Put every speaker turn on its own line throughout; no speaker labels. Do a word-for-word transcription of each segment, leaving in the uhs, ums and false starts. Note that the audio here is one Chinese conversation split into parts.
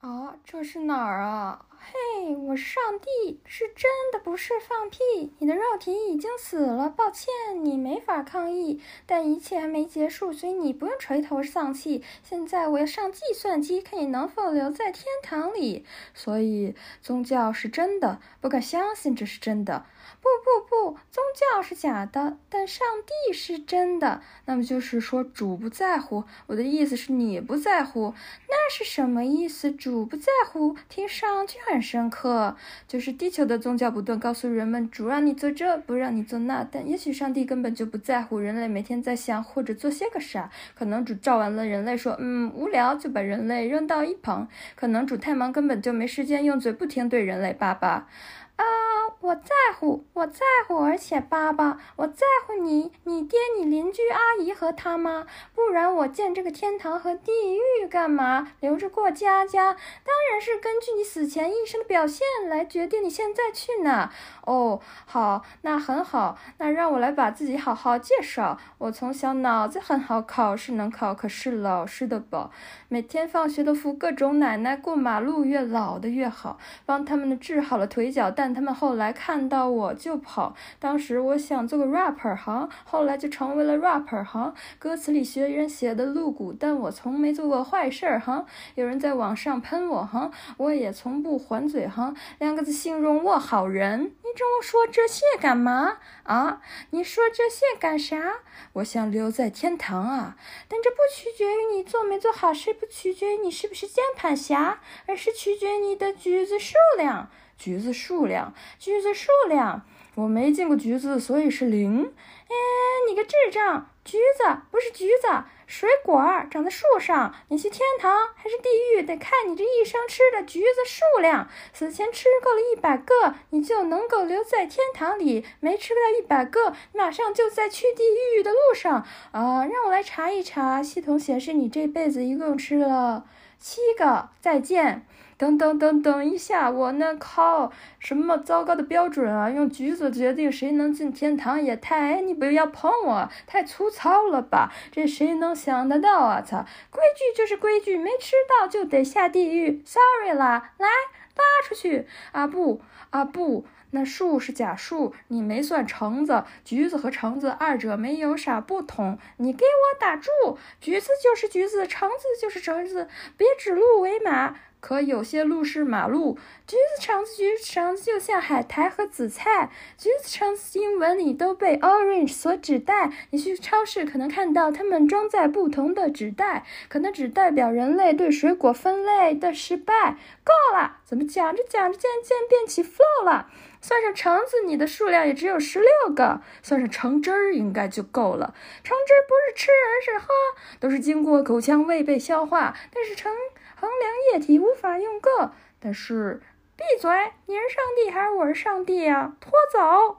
啊，这是哪儿啊？嘿，我是上帝，是真的，不是放屁。你的肉体已经死了，抱歉，你没法抗议。但一切还没结束，所以你不用垂头丧气。现在我要上计算机，看你能否留在天堂里。所以宗教是真的，不敢相信这是真的。不不不，宗教是假的，但上帝是真的。那么就是说主不在乎，我的意思是你不在乎。那是什么意思？主不在乎，听上去很深刻。就是地球的宗教不断告诉人们，主让你做这，不让你做那，但也许上帝根本就不在乎人类每天在想或者做些个啥。可能主照完了人类说嗯无聊，就把人类扔到一旁。可能主太忙，根本就没时间用嘴不停对人类叭叭。啊、uh, 我在乎，我在乎，而且爸爸，我在乎你，你爹，你邻居阿姨和他妈，不然我建这个天堂和地狱干嘛？留着过家家，当然是根据你死前一生的表现来决定你现在去哪。哦，好，那很好，那让我来把自己好好介绍。我从小脑子很好，考试能考，可是老实的吧，每天放学都扶各种奶奶过马路，越老的越好，帮他们治好了腿脚，但他们后来看到我就跑。当时我想做个 rapper 哈，后来就成为了 rapper 哈。歌词里学人写的露骨，但我从没做过坏事哈。有人在网上喷我哈，我也从不还嘴哈。两个字形容我好人。你跟我说这些干嘛啊？你说这些干啥？我想留在天堂啊，但这不取决于你做没做好事，不取决于你是不是键盘侠，而是取决于你的橘子数量。橘子数量，橘子数量，我没见过橘子，所以是零。哎，你个智障！橘子不是橘子，水果长在树上。你去天堂还是地狱，得看你这一生吃的橘子数量。死前吃够了一百个，你就能够留在天堂里；没吃到一百个，马上就在去地狱的路上。啊，让我来查一查，系统显示你这辈子一共吃了七个。再见。等等等等一下，我那靠，什么糟糕的标准啊！用橘子决定谁能进天堂也太……你不要碰我，太粗糙了吧？这谁能想得到啊？操，规矩就是规矩，没吃到就得下地狱。Sorry 啦，来拉出去啊！不啊不。那数是假数，你没算橙子，橘子和橙子二者没有啥不同。你给我打住，橘子就是橘子，橙子就是橙子，别指鹿为马。可有些路是马路，橘子、橙子、橘子、橙子就像海苔和紫菜，橘子、橙子英文里都被 orange 所指代。你去超市可能看到它们装在不同的纸袋，可能只代表人类对水果分类的失败。够了，怎么讲着讲着渐渐变起 flow 了？算上橙子，你的数量也只有十六个，算上橙汁儿应该就够了。橙汁不是吃，而是喝，都是经过口腔胃被消化，但是成衡量液体无法用个。但是闭嘴，你是上帝还是我是上帝啊？拖走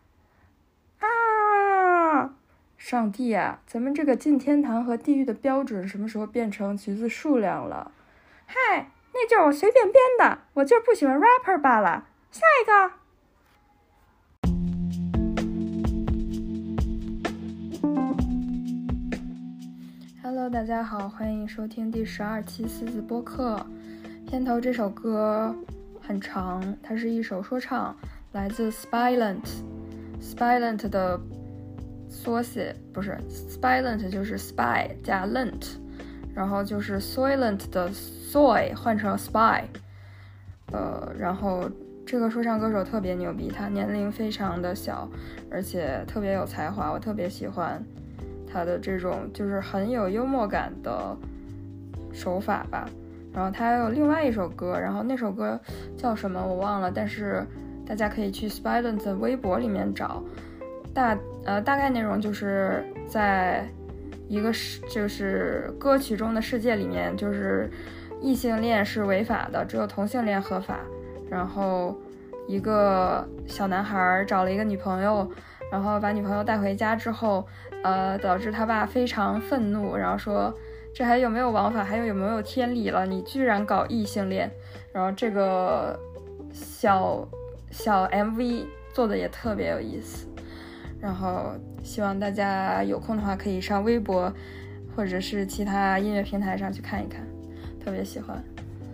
啊！上帝啊，咱们这个进天堂和地狱的标准什么时候变成橘子数量了？嗨，那就是我随便编的，我就是不喜欢 rapper 罢了。下一个。Hello， 大家好，欢迎收听第十二期四字播客。片头这首歌很长，它是一首说唱，来自 Spylent。Spylent 的缩写不是 Spylent 就是 spy 加 lent， 然后就是 Soylent 的 soy 换成 spy。呃，然后这个说唱歌手特别牛逼，他年龄非常的小，而且特别有才华，我特别喜欢他的这种就是很有幽默感的手法吧。然后他还有另外一首歌，然后那首歌叫什么我忘了，但是大家可以去 Spylent 的微博里面找。大呃大概内容就是在一个就是歌曲中的世界里面，就是异性恋是违法的，只有同性恋合法。然后一个小男孩找了一个女朋友，然后把女朋友带回家之后，呃，导致他爸非常愤怒，然后说这还有没有王法，还有有没有天理了？你居然搞异性恋！然后这个小小 M V 做的也特别有意思，然后希望大家有空的话可以上微博或者是其他音乐平台上去看一看，特别喜欢。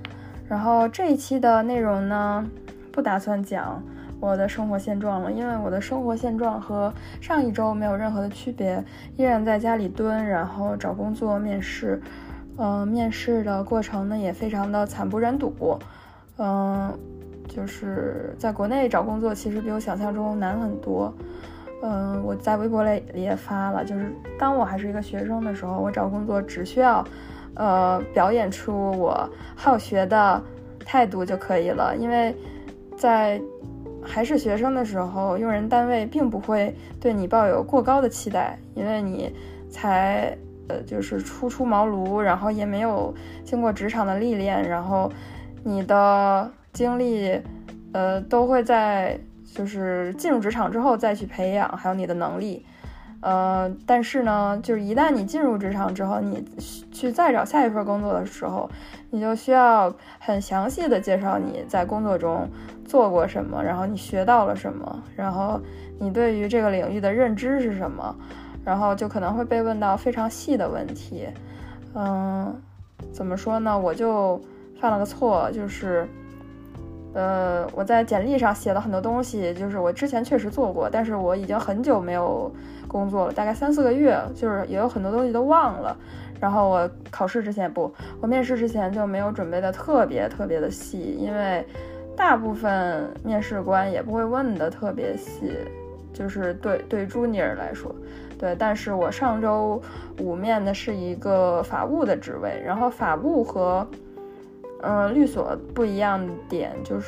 然后这一期的内容呢，不打算讲我的生活现状了，因为我的生活现状和上一周没有任何的区别，依然在家里蹲，然后找工作面试。嗯、呃，面试的过程呢也非常的惨不忍睹。嗯、呃，就是在国内找工作其实比我想象中难很多。嗯、呃，我在微博里也发了，就是当我还是一个学生的时候，我找工作只需要呃表演出我好学的态度就可以了，因为在还是学生的时候，用人单位并不会对你抱有过高的期待，因为你才呃就是初出茅庐，然后也没有经过职场的历练，然后你的经历呃都会在就是进入职场之后再去培养，还有你的能力。呃，但是呢，就是一旦你进入职场之后，你去再找下一份工作的时候，你就需要很详细的介绍你在工作中做过什么，然后你学到了什么，然后你对于这个领域的认知是什么，然后就可能会被问到非常细的问题。嗯，怎么说呢？我就犯了个错，就是呃，我在简历上写了很多东西，就是我之前确实做过，但是我已经很久没有工作了，大概三四个月，就是也有很多东西都忘了。然后我考试之前不，我面试之前就没有准备的特别特别的细，因为大部分面试官也不会问的特别细，就是对对 junior 来说，对。但是我上周五面的是一个法务的职位，然后法务和嗯，律所不一样的点就是，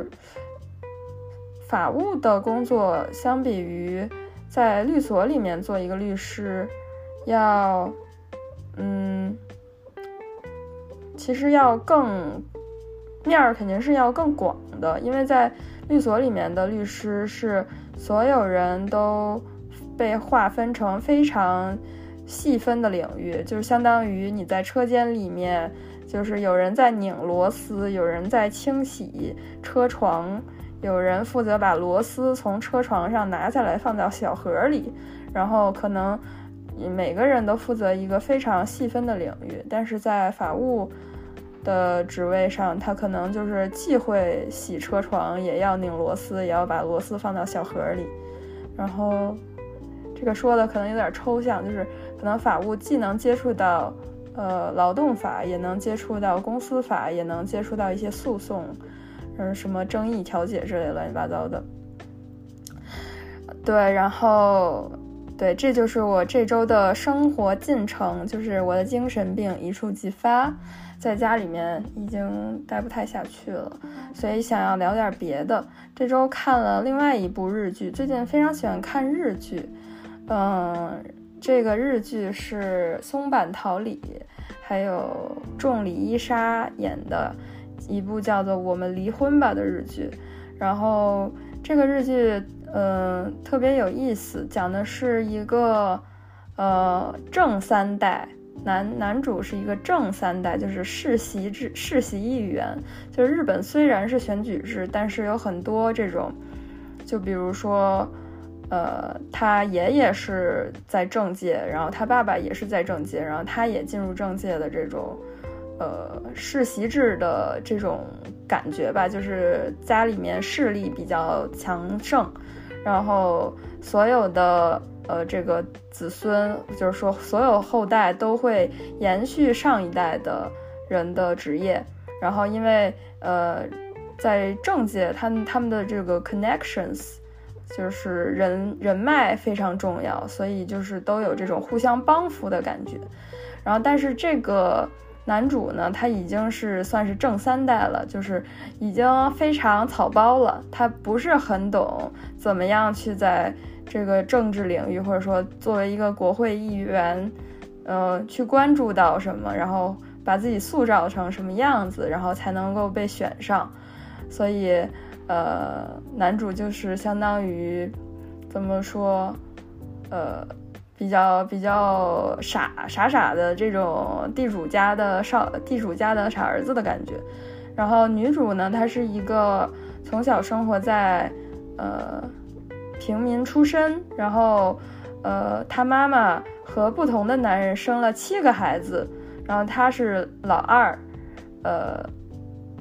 法务的工作相比于在律所里面做一个律师，要，嗯，其实要更面儿肯定是要更广的，因为在律所里面的律师是所有人都被划分成非常细分的领域，就是相当于你在车间里面。就是有人在拧螺丝，有人在清洗车床，有人负责把螺丝从车床上拿下来放到小盒里，然后可能每个人都负责一个非常细分的领域。但是在法务的职位上，他可能就是既会洗车床，也要拧螺丝，也要把螺丝放到小盒里。然后这个说的可能有点抽象，就是可能法务既能接触到呃，劳动法，也能接触到公司法，也能接触到一些诉讼，嗯，什么争议调解之类乱七八糟的。对，然后，对，这就是我这周的生活进程，就是我的精神病一触即发，在家里面已经待不太下去了，所以想要聊点别的。这周看了另外一部日剧，最近非常喜欢看日剧，嗯。这个日剧是松坂桃李还有仲里依纱演的一部叫做《我们离婚吧》的日剧。然后这个日剧呃特别有意思，讲的是一个呃正三代，男男主是一个正三代，就是世袭制世袭议员。就是日本虽然是选举制，但是有很多这种，就比如说呃，他爷爷是在政界，然后他爸爸也是在政界，然后他也进入政界的这种，呃，世袭制的这种感觉吧，就是家里面势力比较强盛，然后所有的呃这个子孙，就是说所有后代都会延续上一代的人的职业，然后因为呃在政界，他们他们的这个 connections。就是人人脉非常重要，所以就是都有这种互相帮扶的感觉。然后但是这个男主呢，他已经是算是正三代了，就是已经非常草包了，他不是很懂怎么样去在这个政治领域，或者说作为一个国会议员呃，去关注到什么，然后把自己塑造成什么样子，然后才能够被选上。所以呃，男主就是相当于怎么说，呃，比较比较傻傻傻的这种地主家的少地主家的傻儿子的感觉。然后女主呢，她是一个从小生活在呃平民出身，然后呃她妈妈和不同的男人生了七个孩子，然后她是老二，呃。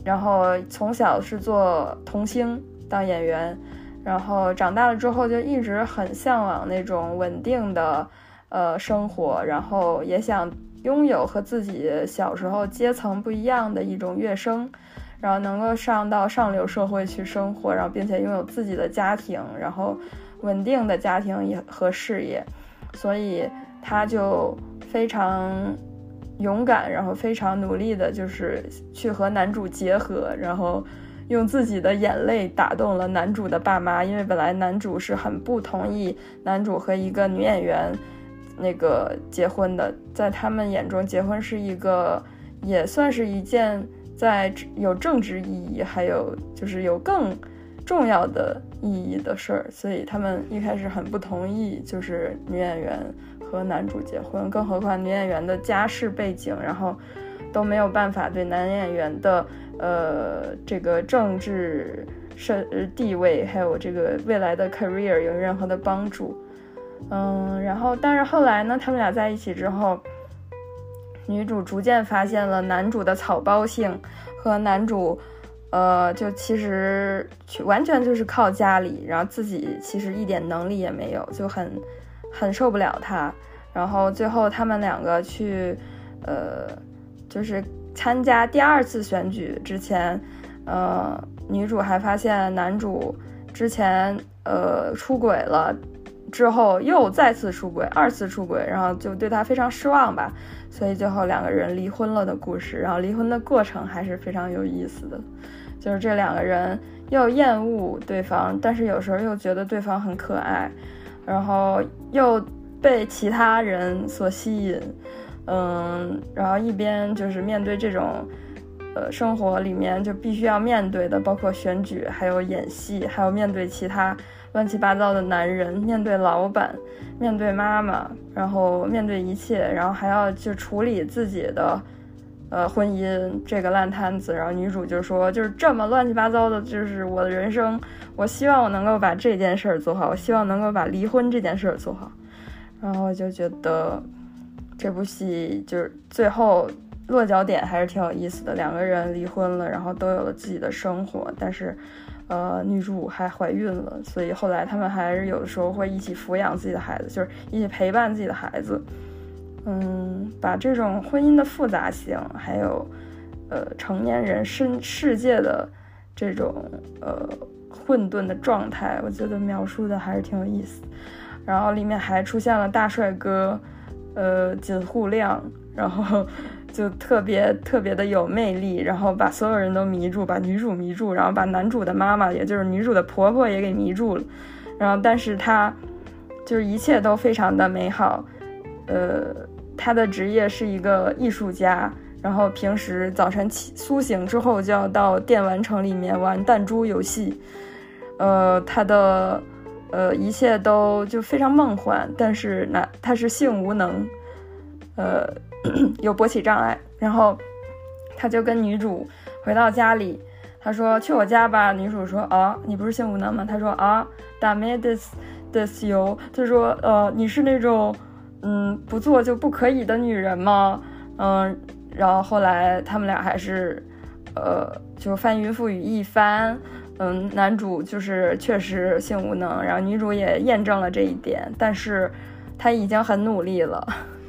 然后从小是做童星当演员，然后长大了之后就一直很向往那种稳定的呃生活，然后也想拥有和自己小时候阶层不一样的一种跃升，然后能够上到上流社会去生活，然后并且拥有自己的家庭，然后稳定的家庭也和事业，所以他就非常勇敢，然后非常努力的就是去和男主结合，然后用自己的眼泪打动了男主的爸妈，因为本来男主是很不同意男主和一个女演员那个结婚的，在他们眼中结婚是一个也算是一件在有政治意义还有就是有更重要的意义的事儿，所以他们一开始很不同意就是女演员和男主结婚，更何况女演员的家世背景然后都没有办法对男演员的呃这个政治地位还有这个未来的 career 有任何的帮助。嗯，然后但是后来呢，他们俩在一起之后，女主逐渐发现了男主的草包性和男主呃就其实完全就是靠家里，然后自己其实一点能力也没有，就很很受不了他。然后最后他们两个去呃就是参加第二次选举之前，呃女主还发现男主之前呃出轨了，之后又再次出轨，二次出轨，然后就对他非常失望吧，所以最后两个人离婚了的故事。然后离婚的过程还是非常有意思的，就是这两个人又厌恶对方，但是有时候又觉得对方很可爱，然后又被其他人所吸引，嗯，然后一边就是面对这种呃生活里面就必须要面对的，包括选举，还有演戏，还有面对其他乱七八糟的男人，面对老板，面对妈妈，然后面对一切，然后还要就处理自己的呃婚姻这个烂摊子。然后女主就说，就是这么乱七八糟的，就是我的人生，我希望我能够把这件事儿做好，我希望能够把离婚这件事儿做好。然后我就觉得这部戏就是最后落脚点还是挺有意思的，两个人离婚了，然后都有了自己的生活，但是呃，女主还怀孕了，所以后来他们还是有的时候会一起抚养自己的孩子，就是一起陪伴自己的孩子。嗯，把这种婚姻的复杂性，还有呃成年人世世界的这种呃混沌的状态，我觉得描述的还是挺有意思。然后里面还出现了大帅哥，呃，锦户亮，然后就特别特别的有魅力，然后把所有人都迷住，把女主迷住，然后把男主的妈妈，也就是女主的婆婆也给迷住了。然后但是他就是一切都非常的美好，呃，他的职业是一个艺术家，然后平时早晨起苏醒之后就要到电玩城里面玩弹珠游戏，呃，他的呃一切都就非常梦幻，但是那他是性无能，呃有勃起障碍。然后他就跟女主回到家里，他说去我家吧，女主说啊你不是性无能吗？他说啊ダメですですよ，他说呃你是那种嗯不做就不可以的女人吗？嗯，然后后来他们俩还是呃就翻云覆雨一番，嗯，男主就是确实性无能，然后女主也验证了这一点，但是他已经很努力了。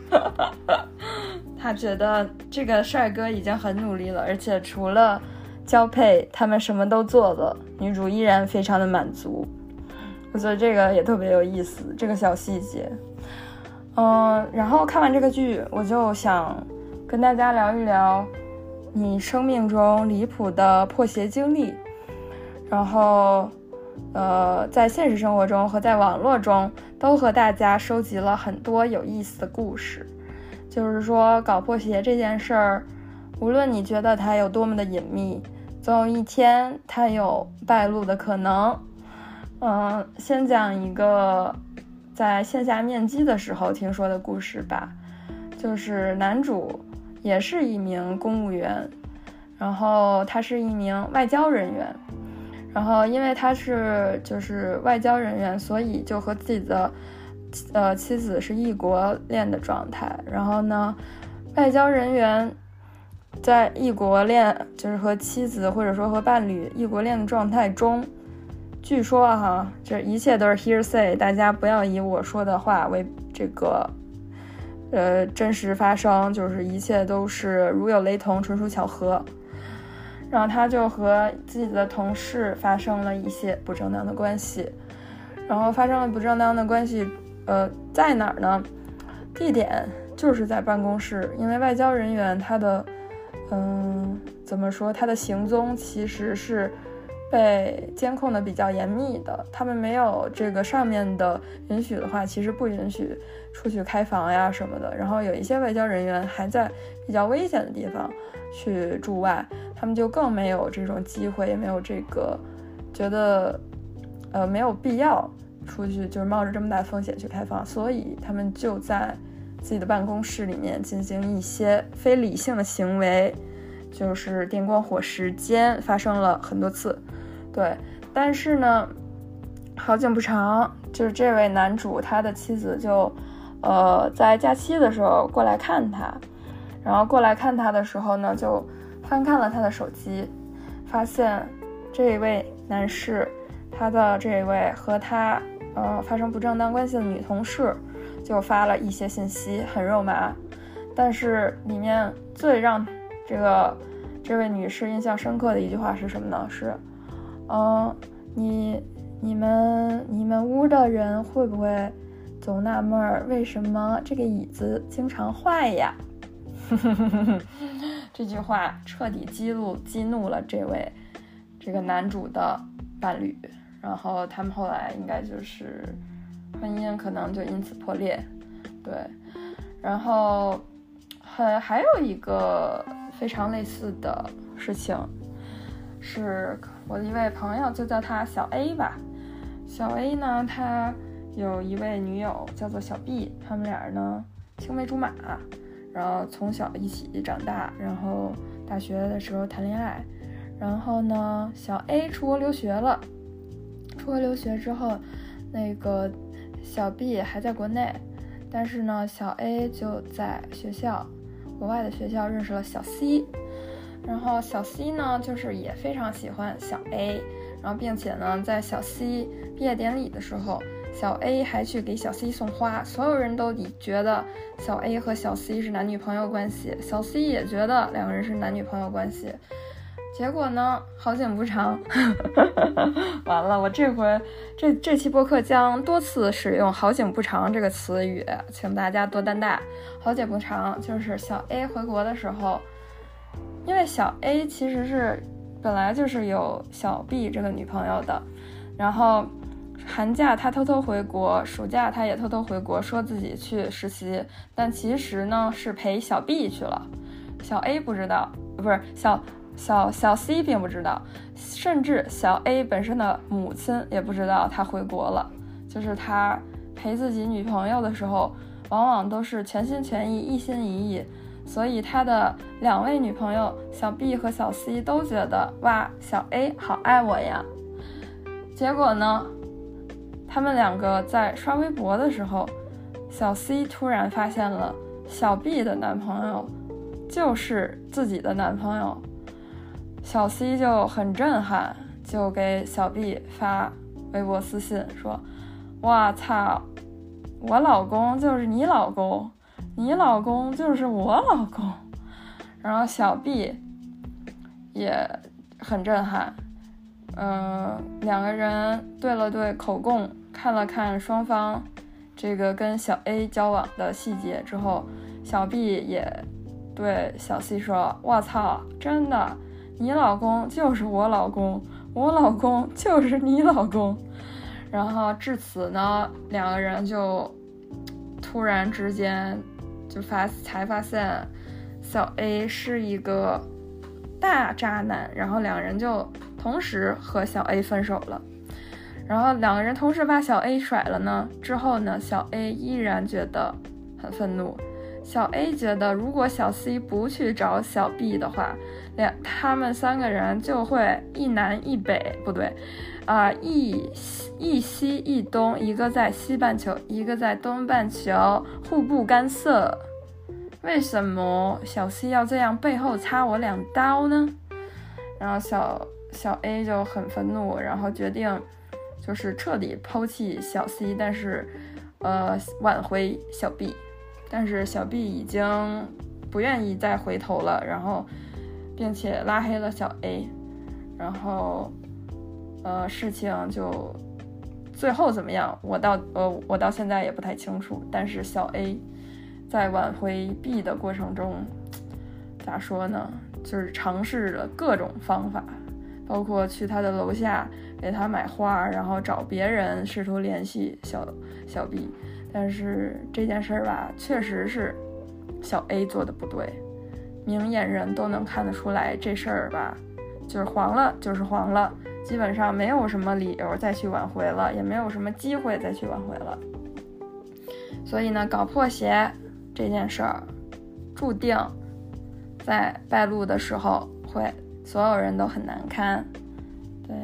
他觉得这个帅哥已经很努力了，而且除了交配他们什么都做了，女主依然非常的满足。我觉得这个也特别有意思，这个小细节。嗯，然后看完这个剧，我就想跟大家聊一聊你生命中离谱的破鞋经历，然后呃，在现实生活中和在网络中都和大家收集了很多有意思的故事。就是说搞破鞋这件事儿，无论你觉得它有多么的隐秘，总有一天它有败露的可能。嗯，先讲一个在线下面基的时候听说的故事吧。就是男主也是一名公务员，然后他是一名外交人员，然后因为他是就是外交人员，所以就和自己的呃妻子是异国恋的状态。然后呢，外交人员在异国恋，就是和妻子或者说和伴侣异国恋的状态中，据说哈，这一切都是 hearsay， 大家不要以我说的话为这个呃真实发生，就是一切都是如有雷同，纯属巧合。然后他就和自己的同事发生了一些不正当的关系，然后发生了不正当的关系，呃，在哪儿呢？地点就是在办公室，因为外交人员他的，嗯，怎么说，他的行踪其实是被监控的比较严密的，他们没有这个上面的允许的话，其实不允许出去开房呀什么的。然后有一些外交人员还在比较危险的地方去驻外，他们就更没有这种机会，也没有这个觉得呃没有必要出去，就是冒着这么大风险去开房，所以他们就在自己的办公室里面进行一些非理性的行为，就是电光火石间发生了很多次。对，但是呢好景不长，就是这位男主他的妻子就呃在假期的时候过来看他，然后过来看他的时候呢，就翻看了他的手机，发现这一位男士他的这一位和他呃发生不正当关系的女同事就发了一些信息，很肉麻。但是里面最让这个这位女士印象深刻的一句话是什么呢？是嗯，你你们你们屋的人会不会总纳闷为什么这个椅子经常坏呀？这句话彻底激怒激怒了这位这个男主的伴侣，然后他们后来应该就是婚姻可能就因此破裂。对，然后还还有一个非常类似的事情，是我的一位朋友，就叫他小 A 吧。小 A 呢，他有一位女友叫做小 B， 他们俩呢青梅竹马，然后从小一起长大，然后大学的时候谈恋爱。然后呢，小 A 出国留学了，出国留学之后，那个小 B 还在国内，但是呢，小 A 就在学校，国外的学校认识了小 C。然后小 C 呢，就是也非常喜欢小 A， 然后并且呢，在小 C 毕业典礼的时候，小 A 还去给小 C 送花，所有人都觉得小 A 和小 C 是男女朋友关系，小 C 也觉得两个人是男女朋友关系。结果呢，好景不长，完了，我这回这这期播客将多次使用好景不长这个词语，请大家多担待。好景不长就是小 A 回国的时候，因为小 A 其实是本来就是有小 B 这个女朋友的，然后寒假他偷偷回国，暑假他也偷偷回国，说自己去实习，但其实呢是陪小 B 去了，小 A 不知道，不是小小小 C 并不知道，甚至小 A 本身的母亲也不知道他回国了。就是他陪自己女朋友的时候，往往都是全心全意，一心一意，所以他的两位女朋友小 B 和小 C 都觉得哇，小 A 好爱我呀。结果呢，他们两个在刷微博的时候，小 C 突然发现了小 B 的男朋友就是自己的男朋友，小 C 就很震撼，就给小 B 发微博私信说，哇操，我老公就是你老公，你老公就是我老公。然后小 B 也很震撼，嗯、呃，两个人对了对口供，看了看双方这个跟小 A 交往的细节之后，小 B 也对小 C 说，我操，真的，你老公就是我老公，我老公就是你老公。然后至此呢，两个人就突然之间就发才发现小 A 是一个大渣男，然后两人就同时和小 A 分手了。然后两个人同时把小 A 甩了呢，之后呢，小 A 依然觉得很愤怒。小 A 觉得如果小 C 不去找小 B 的话，两他们三个人就会一南一北，不对啊、呃，一一西一东，一个在西半球，一个在东半球，互不干涉。 为什么小 C 要这样背后插我两刀呢？然后小小 A 就很愤怒，然后决定就是彻底抛弃小 C， 但是呃挽回小 B， 但是小 B 已经不愿意再回头了，然后并且拉黑了小 A， 然后呃事情就最后怎么样，我到呃我到现在也不太清楚。但是小 A 在挽回 B 的过程中，咋说呢，就是尝试了各种方法，包括去他的楼下给他买花，然后找别人试图联系小小 B。但是这件事儿吧，确实是小 A 做的不对，明眼人都能看得出来，这事儿吧就是黄了就是黄了，基本上没有什么理由再去挽回了，也没有什么机会再去挽回了。所以呢，搞破鞋这件事儿注定在败露的时候会所有人都很难堪。对，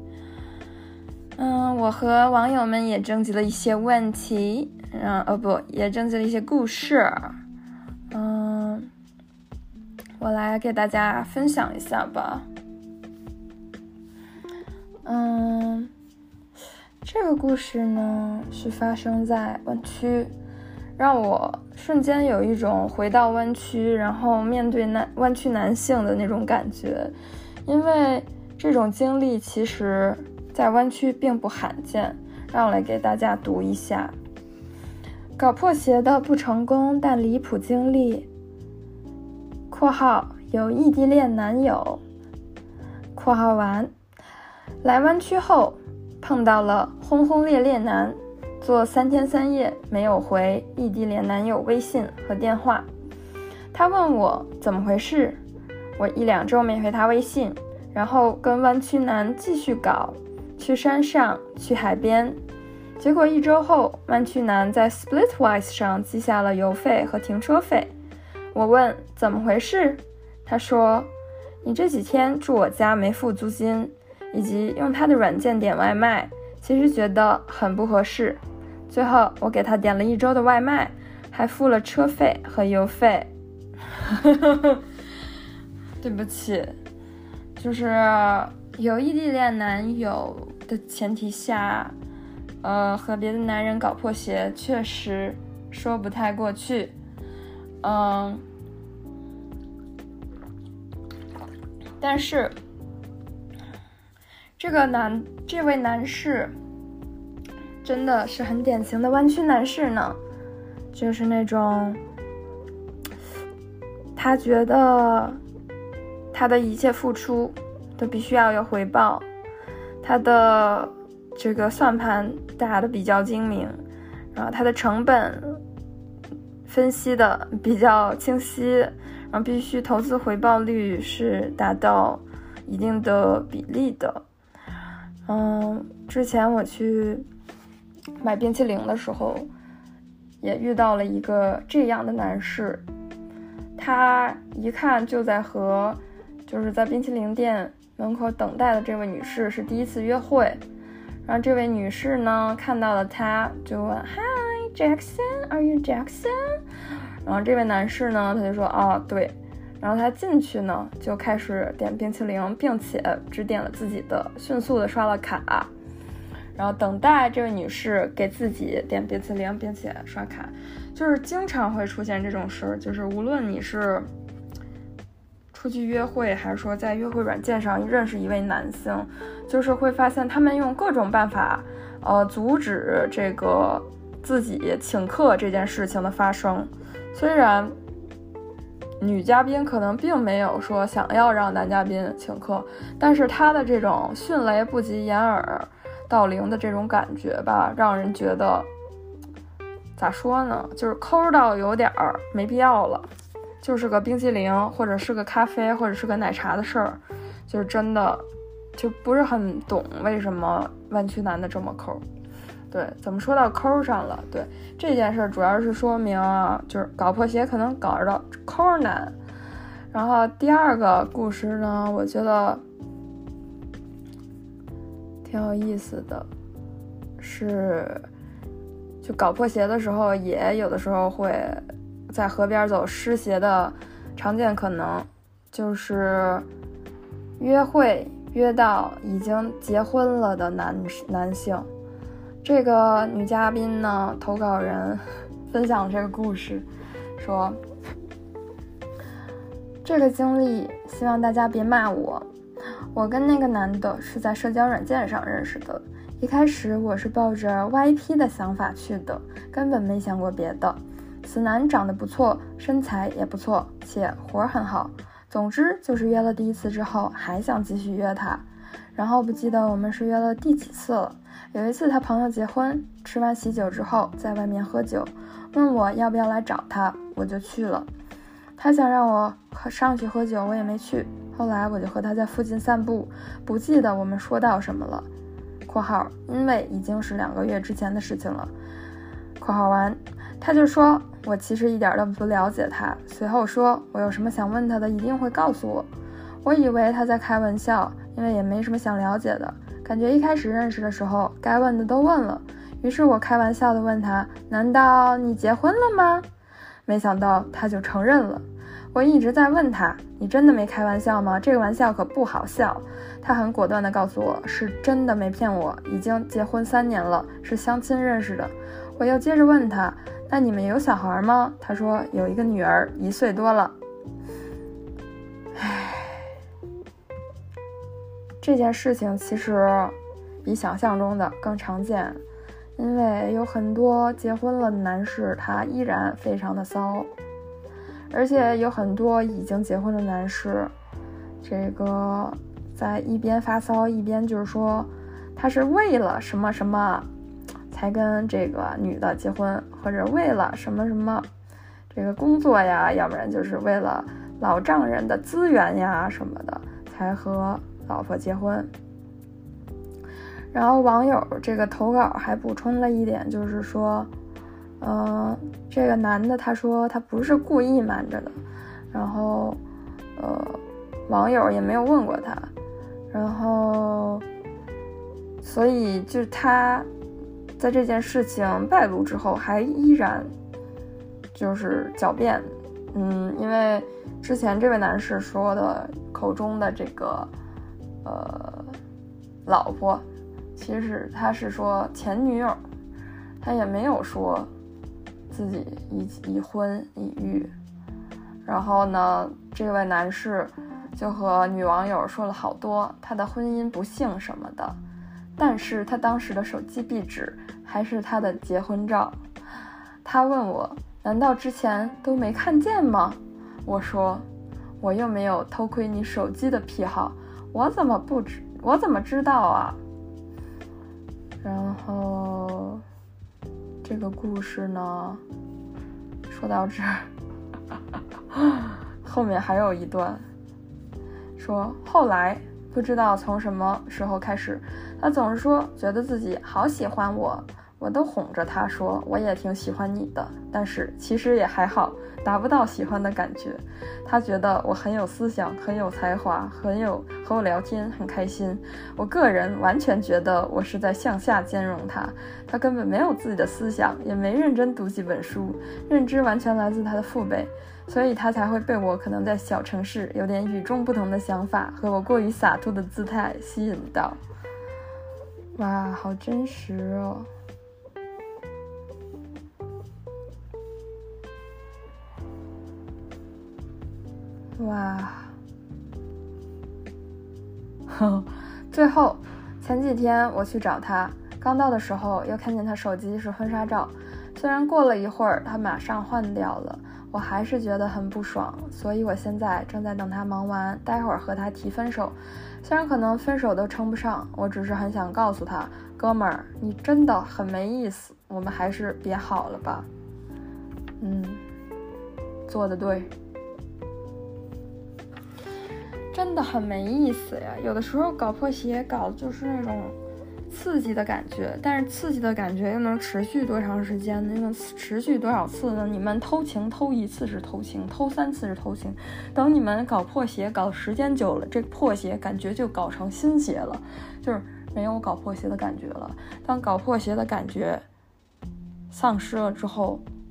嗯，我和网友们也征集了一些问题，嗯，哦不，也征集了一些故事，嗯，我来给大家分享一下吧。嗯，这个故事呢是发生在湾区，让我瞬间有一种回到湾区，然后面对男湾区男性的那种感觉。因为这种经历其实在湾区并不罕见，让我来给大家读一下。搞破鞋的不成功但离谱经历（括号有异地恋男友）括号完。来湾区后碰到了轰轰烈烈男，做三天三夜没有回异地恋男友微信和电话。他问我怎么回事，我一两周没回他微信，然后跟湾区男继续搞，去山上去海边。结果一周后，湾区男在 Splitwise 上记下了邮费和停车费。我问怎么回事，他说你这几天住我家没付租金，以及用他的软件点外卖，其实觉得很不合适。最后我给他点了一周的外卖，还付了车费和邮费。对不起，就是有异地恋男友的前提下，呃，和别的男人搞破鞋确实说不太过去。嗯，但是这个男这位男士真的是很典型的湾区男士呢，就是那种他觉得他的一切付出都必须要有回报，他的这个算盘打得比较精明，然后他的成本分析的比较清晰，然后必须投资回报率是达到一定的比例的。嗯，之前我去买冰淇淋的时候也遇到了一个这样的男士，他一看就在和就是在冰淇淋店门口等待的这位女士是第一次约会，然后这位女士呢看到了他就问 Hi Jackson, are you Jackson? 然后这位男士呢他就说哦对，然后他进去呢就开始点冰淇淋，并且只点了自己的，迅速的刷了卡，然后等待这位女士给自己点冰淇淋并且刷卡。就是经常会出现这种事，就是无论你是出去约会还是说在约会软件上认识一位男性，就是会发现他们用各种办法呃，阻止这个自己请客这件事情的发生。虽然女嘉宾可能并没有说想要让男嘉宾请客，但是他的这种迅雷不及掩耳盗铃的这种感觉吧，让人觉得咋说呢，就是抠到有点儿没必要了。就是个冰淇淋或者是个咖啡或者是个奶茶的事儿，就是真的就不是很懂为什么湾区男的这么抠。对，怎么说到抠上了？对，这件事主要是说明啊，就是搞破鞋可能搞到抠男。然后第二个故事呢，我觉得挺有意思的，是就搞破鞋的时候也有的时候会在河边走湿鞋的常见可能，就是约会约到已经结婚了的男男性。这个女嘉宾呢，投稿人分享这个故事，说这个经历希望大家别骂我。我跟那个男的是在社交软件上认识的，一开始我是抱着 Y P 的想法去的，根本没想过别的。此男长得不错，身材也不错，且活很好。总之就是约了第一次之后还想继续约他，然后不记得我们是约了第几次了。有一次他朋友结婚，吃完喜酒之后在外面喝酒，问我要不要来找他，我就去了。他想让我上去喝酒，我也没去。后来我就和他在附近散步，不记得我们说到什么了（括号因为已经是两个月之前的事情了）括号完，他就说我其实一点都不了解他，随后说我有什么想问他的一定会告诉我。我以为他在开玩笑，因为也没什么想了解的，感觉一开始认识的时候该问的都问了，于是我开玩笑的问他，难道你结婚了吗？没想到他就承认了。我一直在问他，你真的没开玩笑吗？这个玩笑可不好笑。他很果断地告诉我，是真的没骗我，已经结婚三年了，是相亲认识的。我又接着问他，那你们有小孩吗？他说有一个女儿，一岁多了。唉，这件事情其实比想象中的更常见，因为有很多结婚了的男士他依然非常的骚，而且有很多已经结婚的男士，这个在一边发骚一边就是说他是为了什么什么才跟这个女的结婚，或者为了什么什么这个工作呀，要不然就是为了老丈人的资源呀什么的才和老婆结婚。然后网友这个投稿还补充了一点，就是说呃，这个男的他说他不是故意瞒着的，然后呃，网友也没有问过他，然后所以就是他在这件事情败露之后还依然就是狡辩。嗯，因为之前这位男士说的口中的这个呃老婆，其实他是说前女友，他也没有说自己已已婚已育。然后呢，这位男士就和女网友说了好多他的婚姻不幸什么的，但是他当时的手机壁纸还是他的结婚照。他问我，难道之前都没看见吗？我说，我又没有偷窥你手机的癖好，我怎么不知我怎么知道啊？然后这个故事呢，说到这儿后面还有一段，说后来不知道从什么时候开始，他总是说觉得自己好喜欢我，我都哄着他说我也挺喜欢你的，但是其实也还好，达不到喜欢的感觉。他觉得我很有思想，很有才华，很有和我聊天很开心。我个人完全觉得我是在向下兼容他，他根本没有自己的思想，也没认真读几本书，认知完全来自他的父辈，所以他才会被我可能在小城市有点与众不同的想法和我过于洒脱的姿态吸引到。哇，好真实哦。哇，最后前几天我去找他，刚到的时候又看见他手机是婚纱照，虽然过了一会儿他马上换掉了，我还是觉得很不爽，所以我现在正在等他忙完，待会儿和他提分手。虽然可能分手都称不上，我只是很想告诉他，哥们儿，你真的很没意思，我们还是别好了吧。嗯，做得对。真的很没意思呀，有的时候搞破鞋搞的就是那种刺激的感觉，但是刺激的感觉又能持续多长时间呢？能持续多少次呢？你们偷情偷一次是偷情，偷三次是偷情，等你们搞破鞋搞时间久了，这个破鞋感觉就搞成新鞋了，就是没有搞破鞋的感觉了。当搞破鞋的感觉丧失了之后，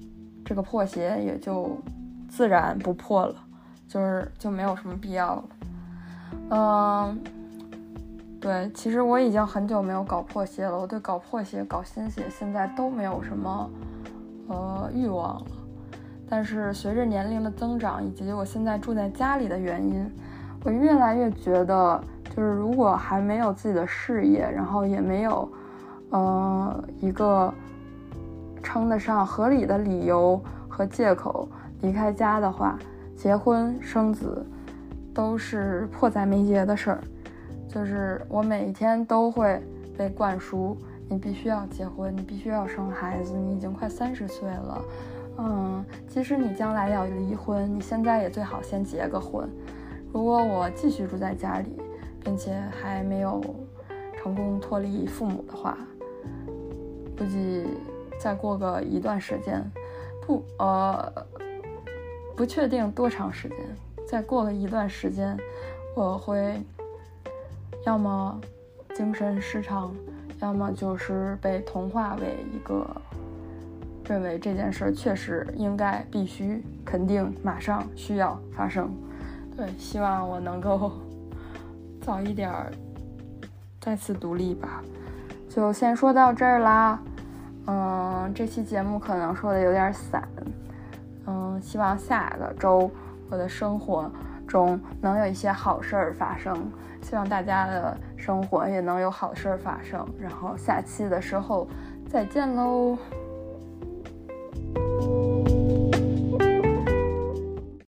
这个破鞋也就自然不破了，就是就没有什么必要了。嗯，对，其实我已经很久没有搞破鞋了，我对搞破鞋、搞新鞋现在都没有什么呃欲望了。但是随着年龄的增长，以及我现在住在家里的原因，我越来越觉得，就是如果还没有自己的事业，然后也没有呃一个称得上合理的理由和借口离开家的话，结婚生子都是迫在眉睫的事儿。就是我每一天都会被灌输，你必须要结婚，你必须要生孩子，你已经快三十岁了，嗯，即使你将来要离婚，你现在也最好先结个婚。如果我继续住在家里，并且还没有成功脱离父母的话，估计再过个一段时间，不呃不确定多长时间，再过个一段时间，我会要么精神失常，要么就是被同化为一个认为这件事确实应该必须肯定马上需要发生。对，希望我能够早一点再次独立吧。就先说到这儿啦。嗯，这期节目可能说的有点散。嗯，希望下个周我的生活中能有一些好事儿发生，希望大家的生活也能有好事儿发生。然后下期的时候再见喽。